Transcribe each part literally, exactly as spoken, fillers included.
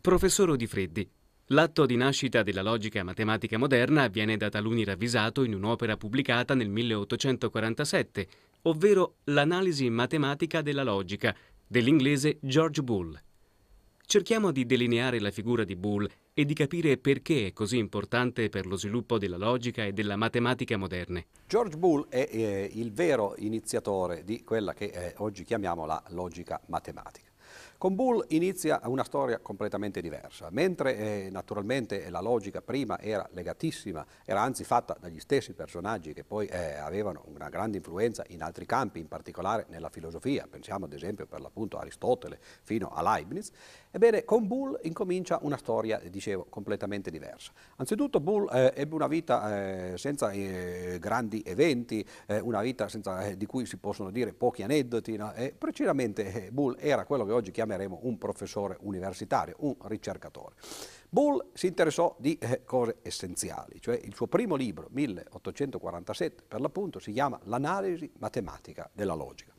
Professor Odifreddi, l'atto di nascita della logica matematica moderna viene da taluni ravvisato in un'opera pubblicata nel milleottocentoquarantasette, ovvero L'analisi matematica della logica, dell'inglese George Boole. Cerchiamo di delineare la figura di Boole e di capire perché è così importante per lo sviluppo della logica e della matematica moderne. George Boole è eh, il vero iniziatore di quella che eh, oggi chiamiamo la logica matematica. Con Boole inizia una storia completamente diversa, mentre eh, naturalmente la logica prima era legatissima, era anzi fatta dagli stessi personaggi che poi eh, avevano una grande influenza in altri campi, in particolare nella filosofia, pensiamo ad esempio per l'appunto a Aristotele fino a Leibniz. Ebbene, con Boole incomincia una storia, dicevo, completamente diversa. Anzitutto Boole eh, ebbe una vita eh, senza eh, grandi eventi, eh, una vita senza, eh, di cui si possono dire pochi aneddoti, no? E precisamente eh, Boole era quello che oggi chiamiamo un professore universitario, un ricercatore. Boole si interessò di eh, cose essenziali, cioè il suo primo libro, milleottocentoquarantasette per l'appunto, si chiama L'analisi matematica della logica.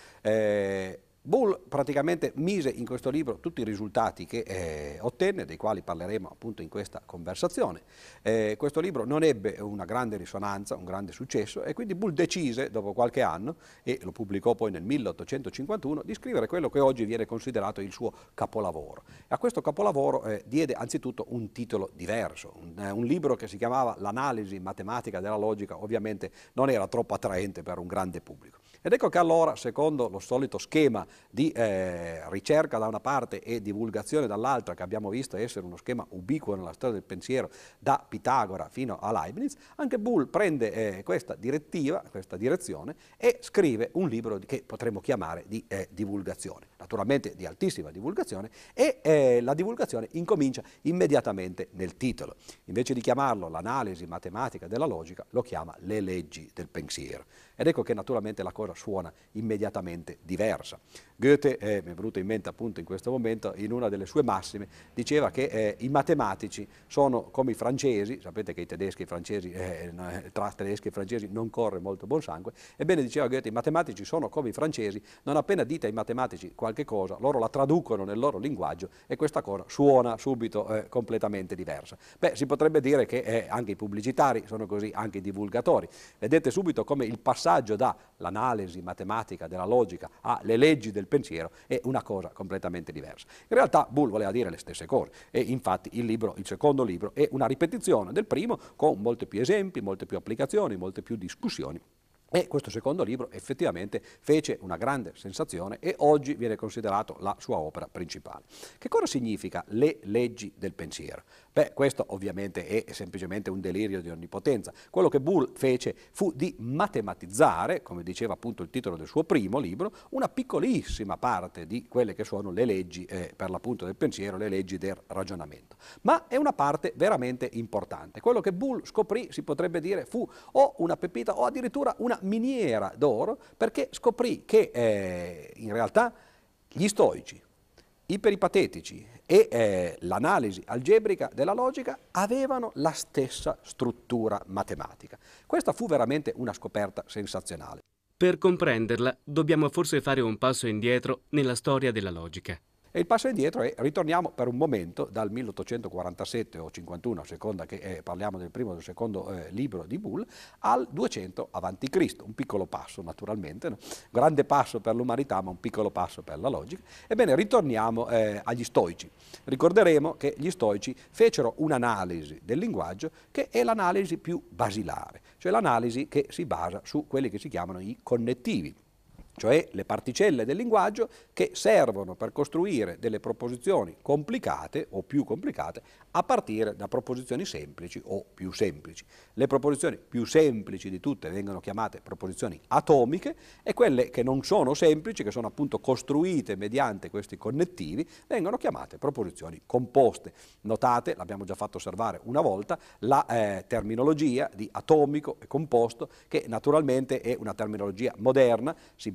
Eh, Boole praticamente mise in questo libro tutti i risultati che eh, ottenne, dei quali parleremo appunto in questa conversazione. Eh, questo libro non ebbe una grande risonanza, un grande successo, e quindi Boole decise, dopo qualche anno, e lo pubblicò poi nel milleottocentocinquantuno, di scrivere quello che oggi viene considerato il suo capolavoro. E a questo capolavoro eh, diede anzitutto un titolo diverso, un, eh, un libro che si chiamava L'analisi matematica della logica, ovviamente non era troppo attraente per un grande pubblico. Ed ecco che allora, secondo lo solito schema di eh, ricerca da una parte e divulgazione dall'altra, che abbiamo visto essere uno schema ubiquo nella storia del pensiero da Pitagora fino a Leibniz, anche Boole prende eh, questa direttiva, questa direzione, e scrive un libro che potremmo chiamare di eh, divulgazione, naturalmente di altissima divulgazione, e eh, la divulgazione incomincia immediatamente nel titolo. Invece di chiamarlo l'analisi matematica della logica, lo chiama le leggi del pensiero. Ed ecco che naturalmente la cosa suona immediatamente diversa. Goethe, eh, mi è venuto in mente appunto in questo momento, in una delle sue massime, diceva che eh, i matematici sono come i francesi, sapete che i tedeschi e i francesi, eh, tra tedeschi e francesi non corre molto buon sangue, ebbene diceva Goethe, i matematici sono come i francesi, non appena dite ai matematici qualche cosa, loro la traducono nel loro linguaggio e questa cosa suona subito eh, completamente diversa. Beh, si potrebbe dire che eh, anche i pubblicitari sono così, anche i divulgatori. Vedete subito come il passaggio dall'analisi matematica della logica alle leggi del pensiero è una cosa completamente diversa. In realtà Boole voleva dire le stesse cose e infatti il libro, il secondo libro, è una ripetizione del primo con molti più esempi, molte più applicazioni, molte più discussioni. E questo secondo libro effettivamente fece una grande sensazione e oggi viene considerato la sua opera principale. Che cosa significa le leggi del pensiero? Beh, questo ovviamente è semplicemente un delirio di onnipotenza. Quello che Boole fece fu di matematizzare, come diceva appunto il titolo del suo primo libro, una piccolissima parte di quelle che sono le leggi eh, per l'appunto del pensiero, le leggi del ragionamento. Ma è una parte veramente importante. Quello che Boole scoprì, si potrebbe dire, fu o una pepita o addirittura una miniera d'oro, perché scoprì che eh, in realtà gli stoici, i peripatetici e eh, l'analisi algebrica della logica avevano la stessa struttura matematica. Questa fu veramente una scoperta sensazionale. Per comprenderla, dobbiamo forse fare un passo indietro nella storia della logica. E il passo indietro è, ritorniamo per un momento dal milleottocentoquarantasette o cinquantuno, a seconda che eh, parliamo del primo o del secondo eh, libro di Boole, al duecento avanti Cristo, un piccolo passo naturalmente, no? Grande passo per l'umanità ma un piccolo passo per la logica. Ebbene, ritorniamo eh, agli stoici. Ricorderemo che gli stoici fecero un'analisi del linguaggio che è l'analisi più basilare, cioè l'analisi che si basa su quelli che si chiamano i connettivi, cioè le particelle del linguaggio che servono per costruire delle proposizioni complicate o più complicate a partire da proposizioni semplici o più semplici. Le proposizioni più semplici di tutte vengono chiamate proposizioni atomiche e quelle che non sono semplici, che sono appunto costruite mediante questi connettivi, vengono chiamate proposizioni composte. Notate, l'abbiamo già fatto osservare una volta, la eh, terminologia di atomico e composto, che naturalmente è una terminologia moderna, si basa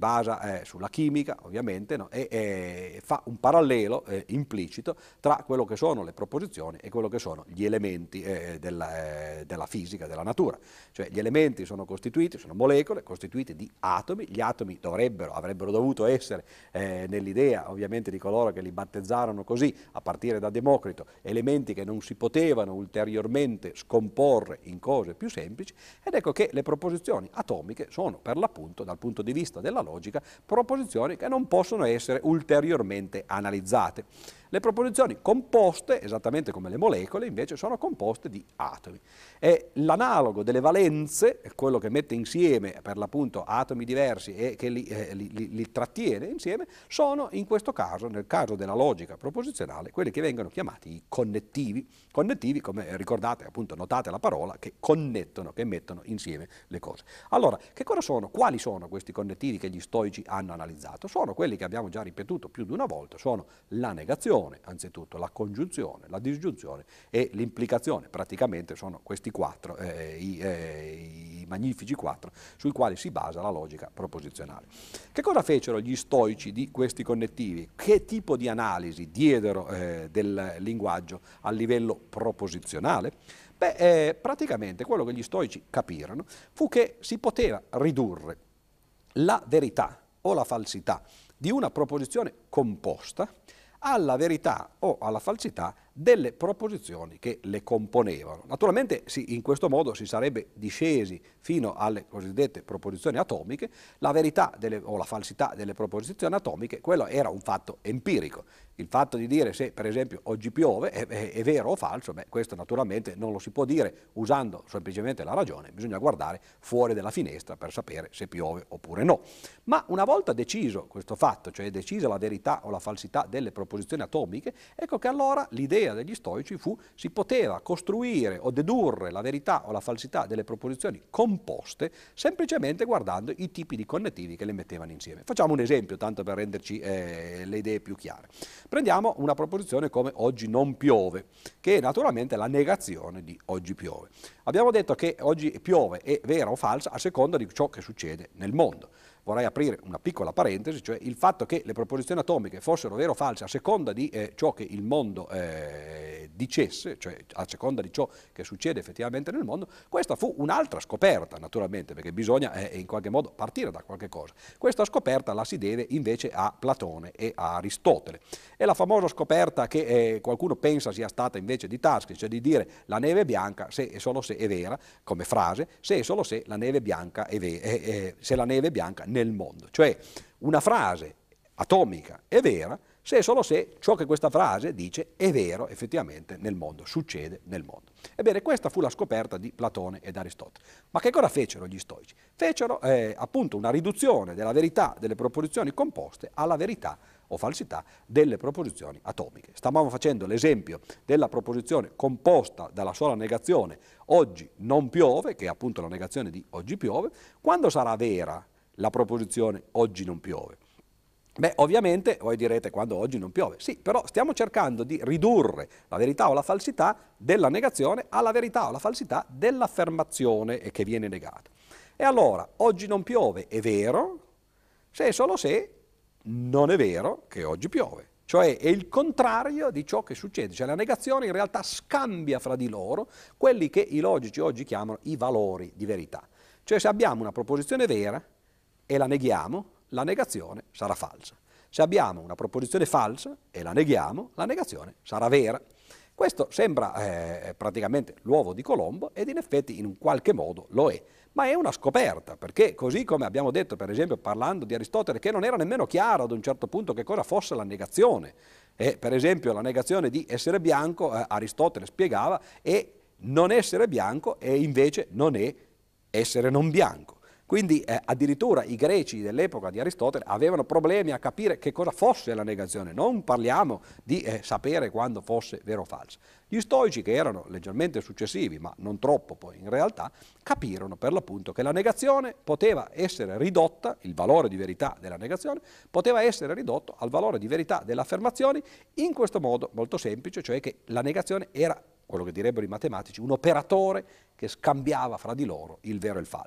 basa eh, sulla chimica, ovviamente, no? e, e fa un parallelo eh, implicito tra quello che sono le proposizioni e quello che sono gli elementi eh, della, eh, della fisica, della natura. Cioè gli elementi sono costituiti, sono molecole costituite di atomi, gli atomi dovrebbero, avrebbero dovuto essere eh, nell'idea ovviamente di coloro che li battezzarono così, a partire da Democrito, elementi che non si potevano ulteriormente scomporre in cose più semplici, ed ecco che le proposizioni atomiche sono per l'appunto, dal punto di vista della logica, proposizioni che non possono essere ulteriormente analizzate. Le proposizioni composte, esattamente come le molecole, invece sono composte di atomi. E l'analogo delle valenze, quello che mette insieme per l'appunto atomi diversi e che li, eh, li, li, li trattiene insieme, sono in questo caso, nel caso della logica proposizionale, quelli che vengono chiamati i connettivi. Connettivi, come ricordate, appunto, notate la parola, che connettono, che mettono insieme le cose. Allora, che cosa sono? Quali sono questi connettivi che gli stoici hanno analizzato? Sono quelli che abbiamo già ripetuto più di una volta, sono la negazione, anzitutto la congiunzione, la disgiunzione e l'implicazione. Praticamente sono questi quattro, eh, i, eh, i magnifici quattro, sui quali si basa la logica proposizionale. Che cosa fecero gli stoici di questi connettivi? Che tipo di analisi diedero eh, del linguaggio a livello proposizionale? Beh, eh, praticamente quello che gli stoici capirono fu che si poteva ridurre la verità o la falsità di una proposizione composta alla verità o alla falsità delle proposizioni che le componevano. Naturalmente sì, in questo modo si sarebbe discesi fino alle cosiddette proposizioni atomiche. La verità delle, o la falsità delle proposizioni atomiche, quello era un fatto empirico. Il fatto di dire se per esempio oggi piove è, è, è vero o falso, beh, questo naturalmente non lo si può dire usando semplicemente la ragione, bisogna guardare fuori dalla finestra per sapere se piove oppure no. Ma una volta deciso questo fatto, cioè decisa la verità o la falsità delle proposizioni atomiche, ecco che allora l'idea degli stoici fu si poteva costruire o dedurre la verità o la falsità delle proposizioni composte semplicemente guardando i tipi di connettivi che le mettevano insieme. Facciamo un esempio tanto per renderci eh, le idee più chiare. Prendiamo una proposizione come oggi non piove, che è naturalmente la negazione di oggi piove. Abbiamo detto che oggi piove è vera o falsa a seconda di ciò che succede nel mondo. Vorrei aprire una piccola parentesi, cioè il fatto che le proposizioni atomiche fossero vere o false a seconda di eh, ciò che il mondo eh, dicesse, cioè a seconda di ciò che succede effettivamente nel mondo, questa fu un'altra scoperta naturalmente, perché bisogna eh, in qualche modo partire da qualche cosa. Questa scoperta la si deve invece a Platone e a Aristotele. È la famosa scoperta che eh, qualcuno pensa sia stata invece di Tarski, cioè di dire la neve è bianca se e solo se è vera, come frase, se e solo se la neve bianca è vera, eh, eh, se la neve è bianca nel mondo. Cioè una frase atomica è vera se e solo se ciò che questa frase dice è vero effettivamente nel mondo, succede nel mondo. Ebbene, questa fu la scoperta di Platone ed Aristotele. Ma che cosa fecero gli stoici? Fecero eh, appunto una riduzione della verità delle proposizioni composte alla verità o falsità delle proposizioni atomiche. Stavamo facendo l'esempio della proposizione composta dalla sola negazione oggi non piove, che è appunto la negazione di oggi piove. Quando sarà vera la proposizione oggi non piove? Beh, ovviamente voi direte quando oggi non piove. Sì, però stiamo cercando di ridurre la verità o la falsità della negazione alla verità o la falsità dell'affermazione che viene negata. E allora, oggi non piove è vero se e solo se non è vero che oggi piove. Cioè è il contrario di ciò che succede, cioè la negazione in realtà scambia fra di loro quelli che i logici oggi chiamano i valori di verità. Cioè se abbiamo una proposizione vera e la neghiamo, la negazione sarà falsa. Se abbiamo una proposizione falsa e la neghiamo, la negazione sarà vera. Questo sembra eh, praticamente l'uovo di Colombo ed in effetti in un qualche modo lo è. Ma è una scoperta, perché così come abbiamo detto, per esempio, parlando di Aristotele, che non era nemmeno chiaro ad un certo punto che cosa fosse la negazione. E, per esempio, la negazione di essere bianco, eh, Aristotele spiegava, è non essere bianco e invece non è essere non bianco. Quindi eh, addirittura i greci dell'epoca di Aristotele avevano problemi a capire che cosa fosse la negazione, non parliamo di eh, sapere quando fosse vero o falso. Gli stoici, che erano leggermente successivi, ma non troppo poi in realtà, capirono per l'appunto che la negazione poteva essere ridotta, il valore di verità della negazione, poteva essere ridotto al valore di verità delle affermazioni in questo modo molto semplice, cioè che la negazione era, quello che direbbero i matematici, un operatore che scambiava fra di loro il vero e il falso.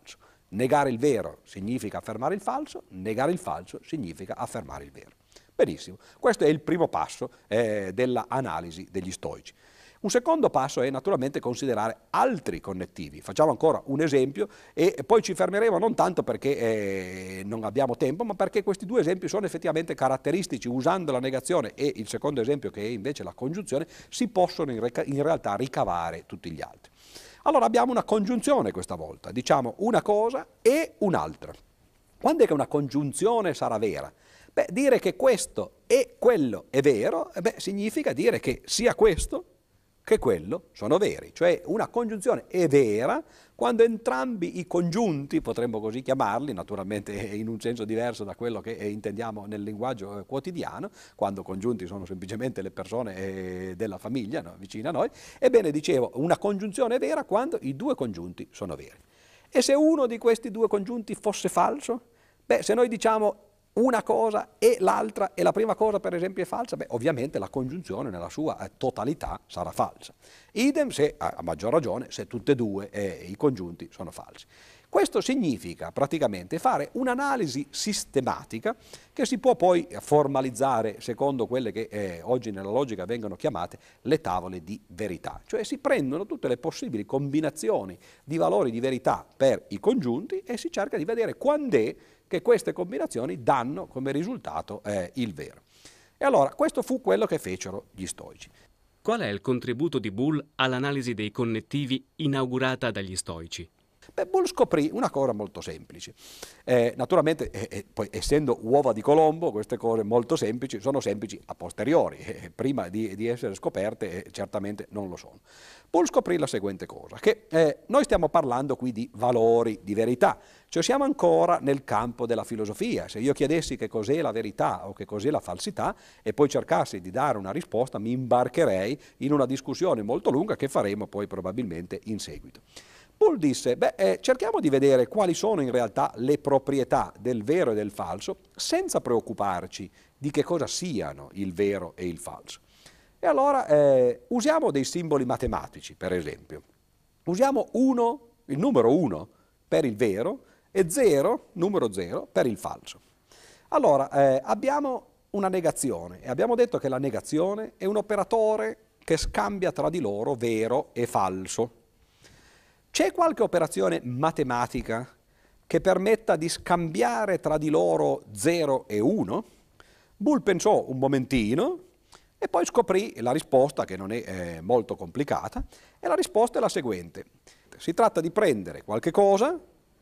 Negare il vero significa affermare il falso, negare il falso significa affermare il vero. Benissimo, questo è il primo passo eh, dell'analisi degli stoici. Un secondo passo è naturalmente considerare altri connettivi. Facciamo ancora un esempio e poi ci fermeremo non tanto perché eh, non abbiamo tempo, ma perché questi due esempi sono effettivamente caratteristici. Usando la negazione e il secondo esempio, che è invece la congiunzione, si possono in, re- in realtà ricavare tutti gli altri. Allora abbiamo una congiunzione questa volta, diciamo una cosa e un'altra. Quando è che una congiunzione sarà vera? Beh, dire che questo e quello è vero, eh beh, significa dire che sia questo che quello sono veri, cioè una congiunzione è vera quando entrambi i congiunti, potremmo così chiamarli, naturalmente in un senso diverso da quello che intendiamo nel linguaggio quotidiano, quando congiunti sono semplicemente le persone della famiglia, no, vicine a noi. Ebbene, dicevo, una congiunzione è vera quando i due congiunti sono veri. E se uno di questi due congiunti fosse falso? Beh, se noi diciamo una cosa e l'altra e la prima cosa per esempio è falsa, beh ovviamente la congiunzione nella sua eh, totalità sarà falsa. Idem se, a maggior ragione, se tutte e due eh, i congiunti sono falsi. Questo significa praticamente fare un'analisi sistematica che si può poi formalizzare secondo quelle che eh, oggi nella logica vengono chiamate le tavole di verità, cioè si prendono tutte le possibili combinazioni di valori di verità per i congiunti e si cerca di vedere quando è che queste combinazioni danno come risultato eh, il vero. E allora questo fu quello che fecero gli stoici. Qual è il contributo di Boole all'analisi dei connettivi inaugurata dagli stoici? Beh, Boole scoprì una cosa molto semplice. Eh, naturalmente, eh, eh, poi, essendo uova di Colombo, queste cose molto semplici sono semplici a posteriori, eh, prima di, di essere scoperte eh, certamente non lo sono. Boole scoprì la seguente cosa, che eh, noi stiamo parlando qui di valori di verità, cioè siamo ancora nel campo della filosofia. Se io chiedessi che cos'è la verità o che cos'è la falsità e poi cercassi di dare una risposta, mi imbarcherei in una discussione molto lunga che faremo poi probabilmente in seguito. Boole disse, beh, eh, cerchiamo di vedere quali sono in realtà le proprietà del vero e del falso senza preoccuparci di che cosa siano il vero e il falso. E allora eh, usiamo dei simboli matematici, per esempio. Usiamo uno, il numero uno per il vero e zero, numero zero, per il falso. Allora, eh, abbiamo una negazione e abbiamo detto che la negazione è un operatore che scambia tra di loro vero e falso. C'è qualche operazione matematica che permetta di scambiare tra di loro zero e uno? Boole pensò un momentino e poi scoprì la risposta, che non è eh, molto complicata, e la risposta è la seguente. Si tratta di prendere qualche cosa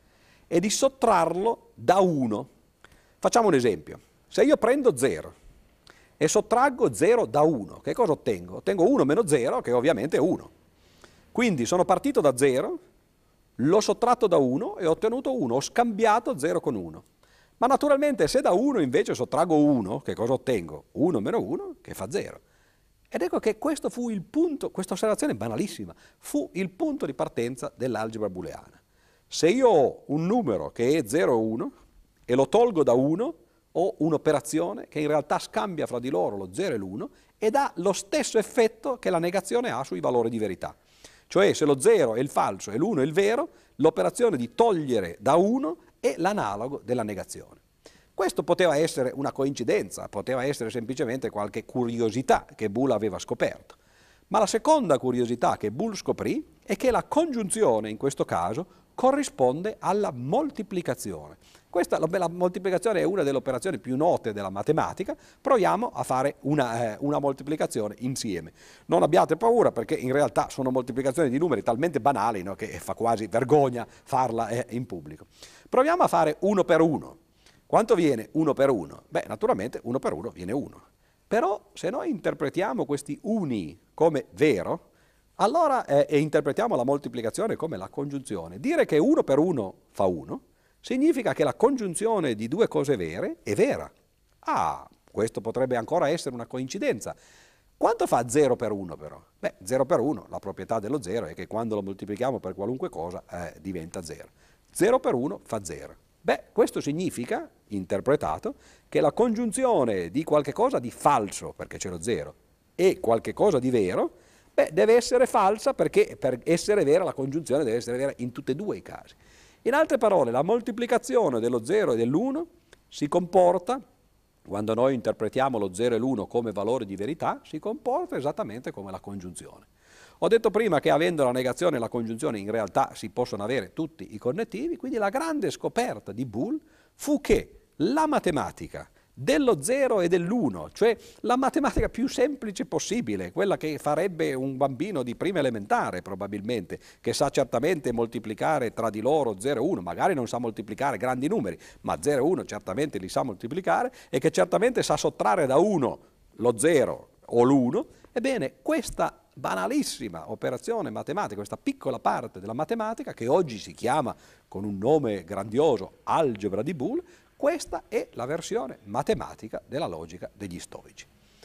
e di sottrarlo da uno. Facciamo un esempio. Se io prendo zero e sottraggo zero da uno, che cosa ottengo? Ottengo uno meno zero, che ovviamente è uno. Quindi sono partito da zero, l'ho sottratto da uno e ho ottenuto uno, ho scambiato zero con uno. Ma naturalmente se da uno invece sottraggo uno, che cosa ottengo? uno meno uno, che fa zero. Ed ecco che questo fu il punto, questa osservazione banalissima, fu il punto di partenza dell'algebra booleana. Se io ho un numero che è zero e uno e lo tolgo da uno, ho un'operazione che in realtà scambia fra di loro lo zero e l'uno ed ha lo stesso effetto che la negazione ha sui valori di verità. Cioè se lo zero è il falso e l'uno è il vero, l'operazione di togliere da uno è l'analogo della negazione. Questo poteva essere una coincidenza, poteva essere semplicemente qualche curiosità che Boole aveva scoperto. Ma la seconda curiosità che Boole scoprì è che la congiunzione in questo caso corrisponde alla moltiplicazione. Questa, la moltiplicazione è una delle operazioni più note della matematica, proviamo a fare una, eh, una moltiplicazione insieme. Non abbiate paura perché in realtà sono moltiplicazioni di numeri talmente banali, no, che fa quasi vergogna farla eh, in pubblico. Proviamo a fare uno per uno. Quanto viene uno per uno? Beh, naturalmente uno per uno viene uno. Però se noi interpretiamo questi uni come vero, allora eh, e interpretiamo la moltiplicazione come la congiunzione. Dire che uno per uno fa uno significa che la congiunzione di due cose vere è vera. Ah, questo potrebbe ancora essere una coincidenza. Quanto fa zero per uno però? Beh, zero per uno, la proprietà dello zero è che quando lo moltiplichiamo per qualunque cosa eh, diventa zero. zero per uno fa zero. Beh, questo significa, interpretato, che la congiunzione di qualche cosa di falso, perché c'è lo zero, e qualche cosa di vero, beh, deve essere falsa perché per essere vera la congiunzione deve essere vera in tutti e due i casi. In altre parole, la moltiplicazione dello zero e dell'uno si comporta, quando noi interpretiamo lo zero e l'uno come valore di verità, si comporta esattamente come la congiunzione. Ho detto prima che avendo la negazione e la congiunzione in realtà si possono avere tutti i connettivi, quindi la grande scoperta di Boole fu che la matematica dello zero e dell'uno, cioè la matematica più semplice possibile, quella che farebbe un bambino di prima elementare probabilmente, che sa certamente moltiplicare tra di loro zero e uno, magari non sa moltiplicare grandi numeri, ma zero e uno certamente li sa moltiplicare e che certamente sa sottrarre da uno lo zero o l'uno, ebbene questa banalissima operazione matematica, questa piccola parte della matematica che oggi si chiama con un nome grandioso algebra di Boole, questa è la versione matematica della logica degli stoici.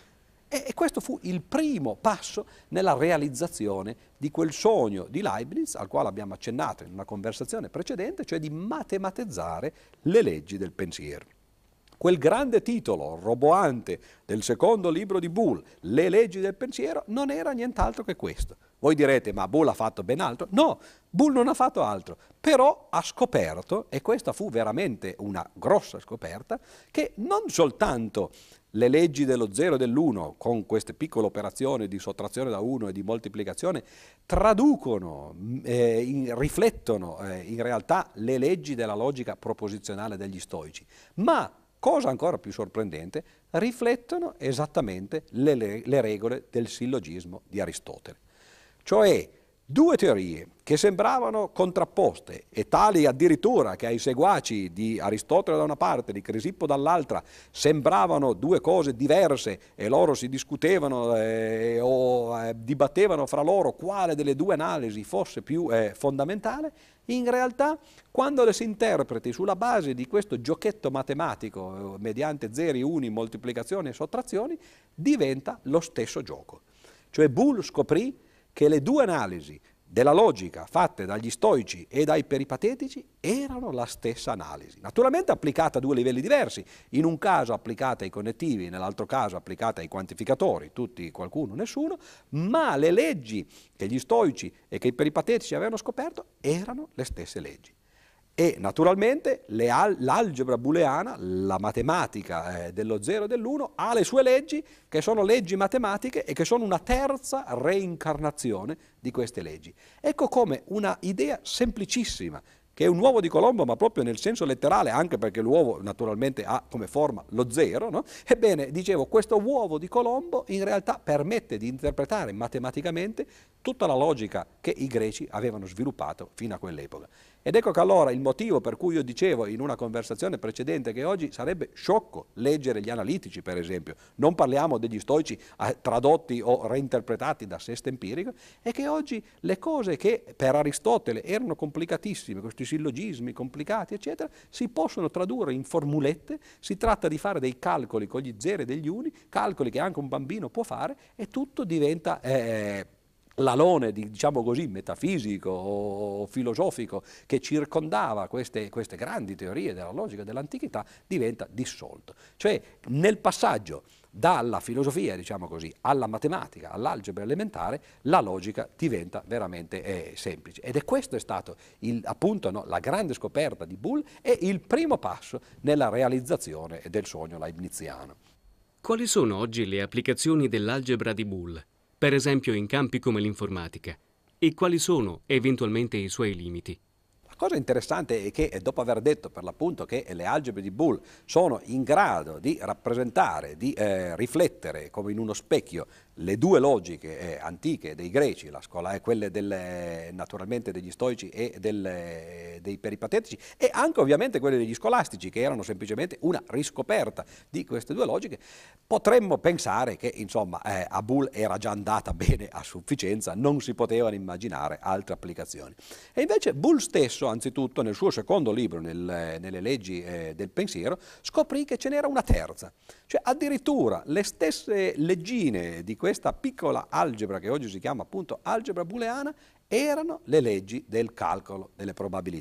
E, e questo fu il primo passo nella realizzazione di quel sogno di Leibniz, al quale abbiamo accennato in una conversazione precedente, cioè di matematizzare le leggi del pensiero. Quel grande titolo roboante del secondo libro di Boole, Le leggi del pensiero, non era nient'altro che questo. Voi direte, ma Boole ha fatto ben altro? No, Boole non ha fatto altro, però ha scoperto, e questa fu veramente una grossa scoperta, che non soltanto le leggi dello zero e dell'uno, con queste piccole operazioni di sottrazione da uno e di moltiplicazione, traducono, eh, in, riflettono eh, in realtà le leggi della logica proposizionale degli stoici, ma cosa ancora più sorprendente, riflettono esattamente le, le regole del sillogismo di Aristotele. Cioè due teorie che sembravano contrapposte e tali addirittura che ai seguaci di Aristotele da una parte e di Crisippo dall'altra sembravano due cose diverse e loro si discutevano eh, o eh, dibattevano fra loro quale delle due analisi fosse più eh, fondamentale, in realtà quando le si interpreti sulla base di questo giochetto matematico eh, mediante zeri, uni, moltiplicazioni e sottrazioni, diventa lo stesso gioco. Cioè Boole scoprì che le due analisi della logica fatte dagli stoici e dai peripatetici erano la stessa analisi, naturalmente applicata a due livelli diversi, in un caso applicata ai connettivi, nell'altro caso applicata ai quantificatori, tutti, qualcuno, nessuno, ma le leggi che gli stoici e che i peripatetici avevano scoperto erano le stesse leggi. E naturalmente le al- l'algebra booleana, la matematica eh, dello zero e dell'uno, ha le sue leggi che sono leggi matematiche e che sono una terza reincarnazione di queste leggi. Ecco come una idea semplicissima, che è un uovo di Colombo, ma proprio nel senso letterale, anche perché l'uovo naturalmente ha come forma lo zero, no? Ebbene, dicevo, questo uovo di Colombo in realtà permette di interpretare matematicamente tutta la logica che i greci avevano sviluppato fino a quell'epoca. Ed ecco che allora il motivo per cui io dicevo in una conversazione precedente che oggi sarebbe sciocco leggere gli analitici, per esempio, non parliamo degli stoici eh, tradotti o reinterpretati da Sesta Empirico, è che oggi le cose che per Aristotele erano complicatissime, questi sillogismi complicati, eccetera, si possono tradurre in formulette, si tratta di fare dei calcoli con gli zeri e degli uni, calcoli che anche un bambino può fare e tutto diventa eh, l'alone, di, diciamo così, metafisico o filosofico che circondava queste, queste grandi teorie della logica dell'antichità diventa dissolto. Cioè nel passaggio dalla filosofia, diciamo così, alla matematica, all'algebra elementare, la logica diventa veramente eh, semplice. Ed è questo è stato il, appunto no, la grande scoperta di Boole e il primo passo nella realizzazione del sogno leibniziano. Quali sono oggi le applicazioni dell'algebra di Boole, per esempio in campi come l'informatica, e quali sono eventualmente i suoi limiti? La cosa interessante è che dopo aver detto per l'appunto che le algebre di Boole sono in grado di rappresentare, di eh, riflettere come in uno specchio le due logiche eh, antiche dei greci, la scuola, eh, quelle del, naturalmente degli stoici e del, dei peripatetici, e anche ovviamente quelle degli scolastici, che erano semplicemente una riscoperta di queste due logiche, potremmo pensare che insomma eh, a Boole era già andata bene a sufficienza, non si potevano immaginare altre applicazioni. E invece Boole stesso, anzitutto nel suo secondo libro, nel, nelle leggi eh, del pensiero, scoprì che ce n'era una terza, cioè addirittura le stesse leggine di questa piccola algebra che oggi si chiama appunto algebra booleana erano le leggi del calcolo delle probabilità.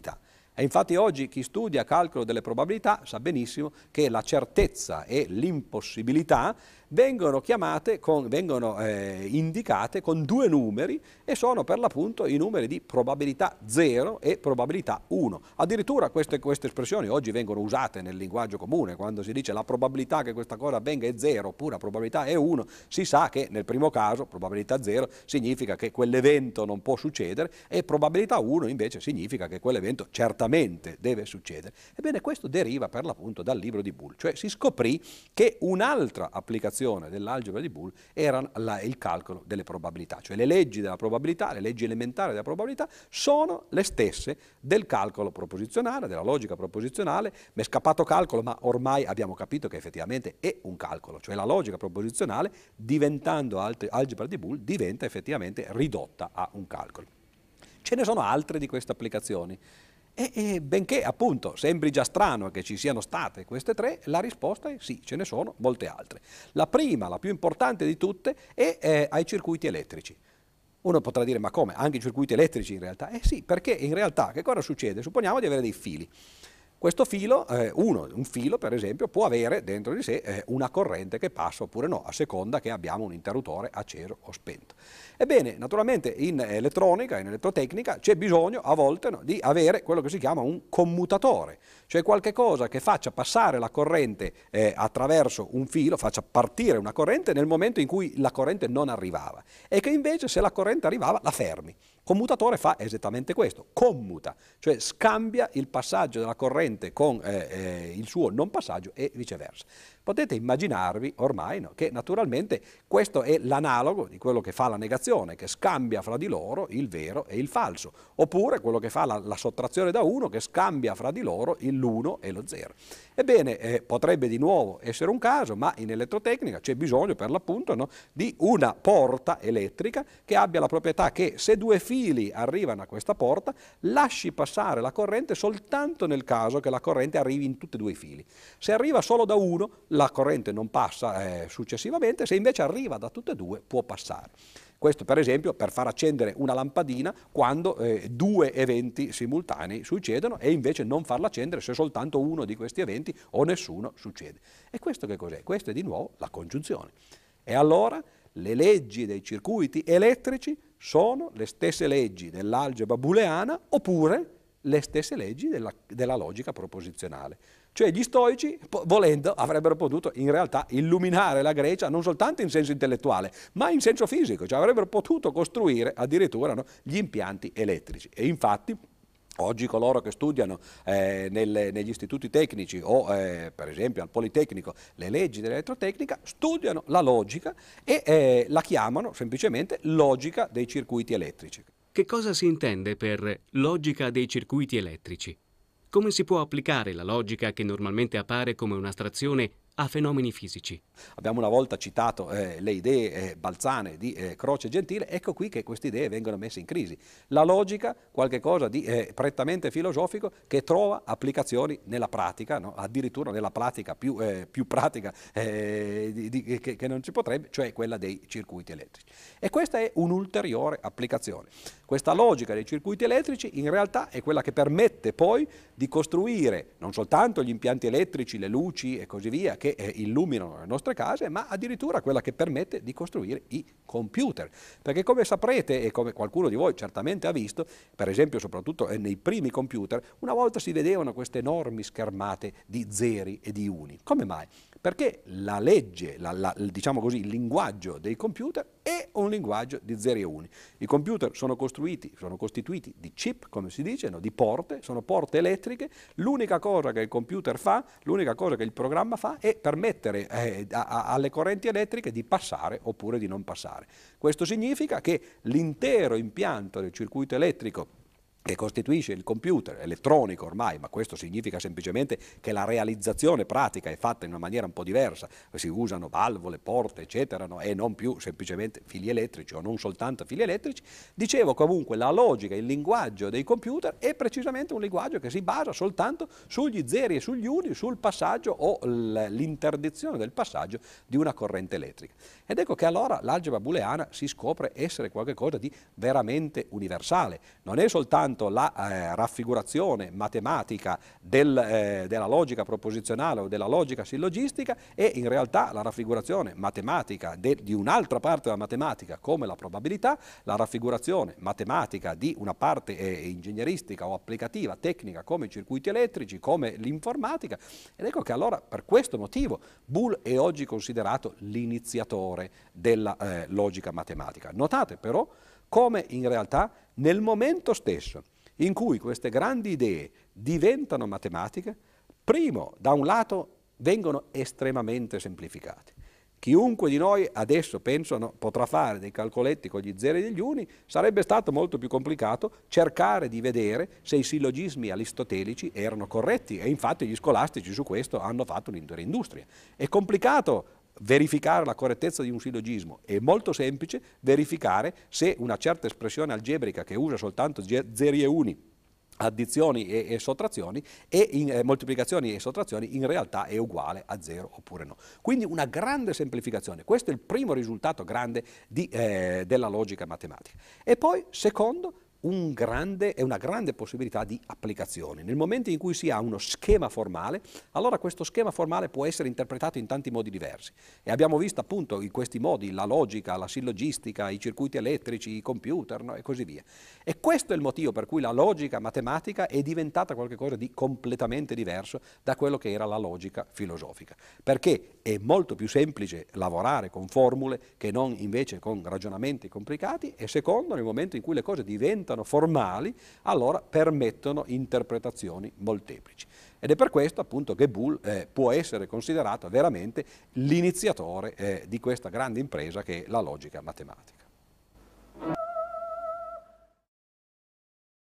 E infatti oggi chi studia calcolo delle probabilità sa benissimo che la certezza e l'impossibilità vengono chiamate, con, vengono eh, indicate con due numeri e sono per l'appunto i numeri di probabilità zero e probabilità uno. Addirittura queste, queste espressioni oggi vengono usate nel linguaggio comune, quando si dice la probabilità che questa cosa avvenga è zero oppure la probabilità è uno, si sa che nel primo caso probabilità zero significa che quell'evento non può succedere e probabilità uno invece significa che quell'evento certamente deve succedere. Ebbene, questo deriva per l'appunto dal libro di Boole, cioè si scoprì che un'altra applicazione dell'algebra di Boole era la, il calcolo delle probabilità, cioè le leggi della probabilità, le leggi elementari della probabilità sono le stesse del calcolo proposizionale, della logica proposizionale. Mi è scappato calcolo, ma ormai abbiamo capito che effettivamente è un calcolo, cioè la logica proposizionale diventando algebra di Boole diventa effettivamente ridotta a un calcolo. Ce ne sono altre di queste applicazioni. E, e benché appunto sembri già strano che ci siano state queste tre, la risposta è sì, ce ne sono molte altre. La prima, la più importante di tutte, è eh, ai circuiti elettrici. Uno potrà dire, ma come? Anche i circuiti elettrici in realtà? Eh sì, perché in realtà che cosa succede? Supponiamo di avere dei fili. Questo filo, eh, uno, un filo per esempio, può avere dentro di sé eh, una corrente che passa oppure no, a seconda che abbiamo un interruttore acceso o spento. Ebbene, naturalmente in elettronica, in elettrotecnica, c'è bisogno a volte no, di avere quello che si chiama un commutatore, cioè qualche cosa che faccia passare la corrente eh, attraverso un filo, faccia partire una corrente nel momento in cui la corrente non arrivava e che invece se la corrente arrivava la fermi. Commutatore fa esattamente questo, commuta, cioè scambia il passaggio della corrente con eh, eh, il suo non passaggio e viceversa. Potete immaginarvi ormai no, che naturalmente questo è l'analogo di quello che fa la negazione, che scambia fra di loro il vero e il falso, oppure quello che fa la, la sottrazione da uno, che scambia fra di loro l'uno e lo zero. Ebbene, eh, potrebbe di nuovo essere un caso, ma in elettrotecnica c'è bisogno per l'appunto no, di una porta elettrica che abbia la proprietà che se due fili arrivano a questa porta, lasci passare la corrente soltanto nel caso che la corrente arrivi in tutti e due i fili. Se arriva solo da uno, la corrente non passa eh, successivamente, se invece arriva da tutte e due può passare. Questo per esempio per far accendere una lampadina quando eh, due eventi simultanei succedono e invece non farla accendere se soltanto uno di questi eventi o nessuno succede. E questo che cos'è? Questo è di nuovo la congiunzione. E allora le leggi dei circuiti elettrici sono le stesse leggi dell'algebra booleana oppure le stesse leggi della, della logica proposizionale. Cioè gli stoici, volendo, avrebbero potuto in realtà illuminare la Grecia non soltanto in senso intellettuale, ma in senso fisico, cioè avrebbero potuto costruire addirittura no, gli impianti elettrici. E infatti oggi coloro che studiano eh, nel, negli istituti tecnici o eh, per esempio al Politecnico le leggi dell'elettrotecnica studiano la logica e eh, la chiamano semplicemente logica dei circuiti elettrici. Che cosa si intende per logica dei circuiti elettrici? Come si può applicare la logica che normalmente appare come un'astrazione a fenomeni fisici? Abbiamo una volta citato eh, le idee eh, balzane di eh, Croce e Gentile, ecco qui che queste idee vengono messe in crisi. La logica, qualche cosa di eh, prettamente filosofico che trova applicazioni nella pratica, no? Addirittura nella pratica più, eh, più pratica eh, di, di, che, che non ci potrebbe, cioè quella dei circuiti elettrici. E questa è un'ulteriore applicazione. Questa logica dei circuiti elettrici in realtà è quella che permette poi di costruire non soltanto gli impianti elettrici, le luci e così via che eh, illuminano le nostre case, ma addirittura quella che permette di costruire i computer. Perché come saprete e come qualcuno di voi certamente ha visto, per esempio soprattutto eh, nei primi computer, una volta si vedevano queste enormi schermate di zeri e di uni. Come mai? Perché la legge, la, la, diciamo così, il linguaggio dei computer è un linguaggio di zeri e uni. I computer sono costruiti, sono costituiti di chip, come si dice, no? Di porte, sono porte elettriche. L'unica cosa che il computer fa, l'unica cosa che il programma fa è permettere eh, a, a, alle correnti elettriche di passare oppure di non passare. Questo significa che l'intero impianto del circuito elettrico che costituisce il computer elettronico ormai, ma questo significa semplicemente che la realizzazione pratica è fatta in una maniera un po' diversa, si usano valvole, porte, eccetera, no? E non più semplicemente fili elettrici o non soltanto fili elettrici. Dicevo comunque la logica, il linguaggio dei computer è precisamente un linguaggio che si basa soltanto sugli zeri e sugli uni, sul passaggio o l'interdizione del passaggio di una corrente elettrica. Ed ecco che allora l'algebra booleana si scopre essere qualcosa di veramente universale, non è soltanto quanto la eh, raffigurazione matematica del, eh, della logica proposizionale o della logica sillogistica è in realtà la raffigurazione matematica de, di un'altra parte della matematica come la probabilità, la raffigurazione matematica di una parte eh, ingegneristica o applicativa, tecnica come i circuiti elettrici, come l'informatica, ed ecco che allora per questo motivo Boole è oggi considerato l'iniziatore della eh, logica matematica. Notate però come in realtà nel momento stesso in cui queste grandi idee diventano matematiche, primo, da un lato, vengono estremamente semplificate. Chiunque di noi adesso pensano potrà fare dei calcoletti con gli zeri e gli uni, sarebbe stato molto più complicato cercare di vedere se i sillogismi aristotelici erano corretti, e infatti gli scolastici su questo hanno fatto un'intera industria. È complicato verificare la correttezza di un sillogismo, è molto semplice verificare se una certa espressione algebrica che usa soltanto zeri e uni, addizioni e, e sottrazioni e in, eh, moltiplicazioni e sottrazioni in realtà è uguale a zero oppure no. Quindi una grande semplificazione, questo è il primo risultato grande di, eh, della logica matematica. E poi secondo, un grande, è una grande possibilità di applicazione. Nel momento in cui si ha uno schema formale, allora questo schema formale può essere interpretato in tanti modi diversi. E abbiamo visto appunto in questi modi la logica, la sillogistica, i circuiti elettrici, i computer, no? E così via. E questo è il motivo per cui la logica matematica è diventata qualcosa di completamente diverso da quello che era la logica filosofica. Perché è molto più semplice lavorare con formule che non invece con ragionamenti complicati, e secondo, nel momento in cui le cose diventano formali, allora permettono interpretazioni molteplici. Ed è per questo appunto che Boole eh, può essere considerato veramente l'iniziatore eh, di questa grande impresa che è la logica matematica.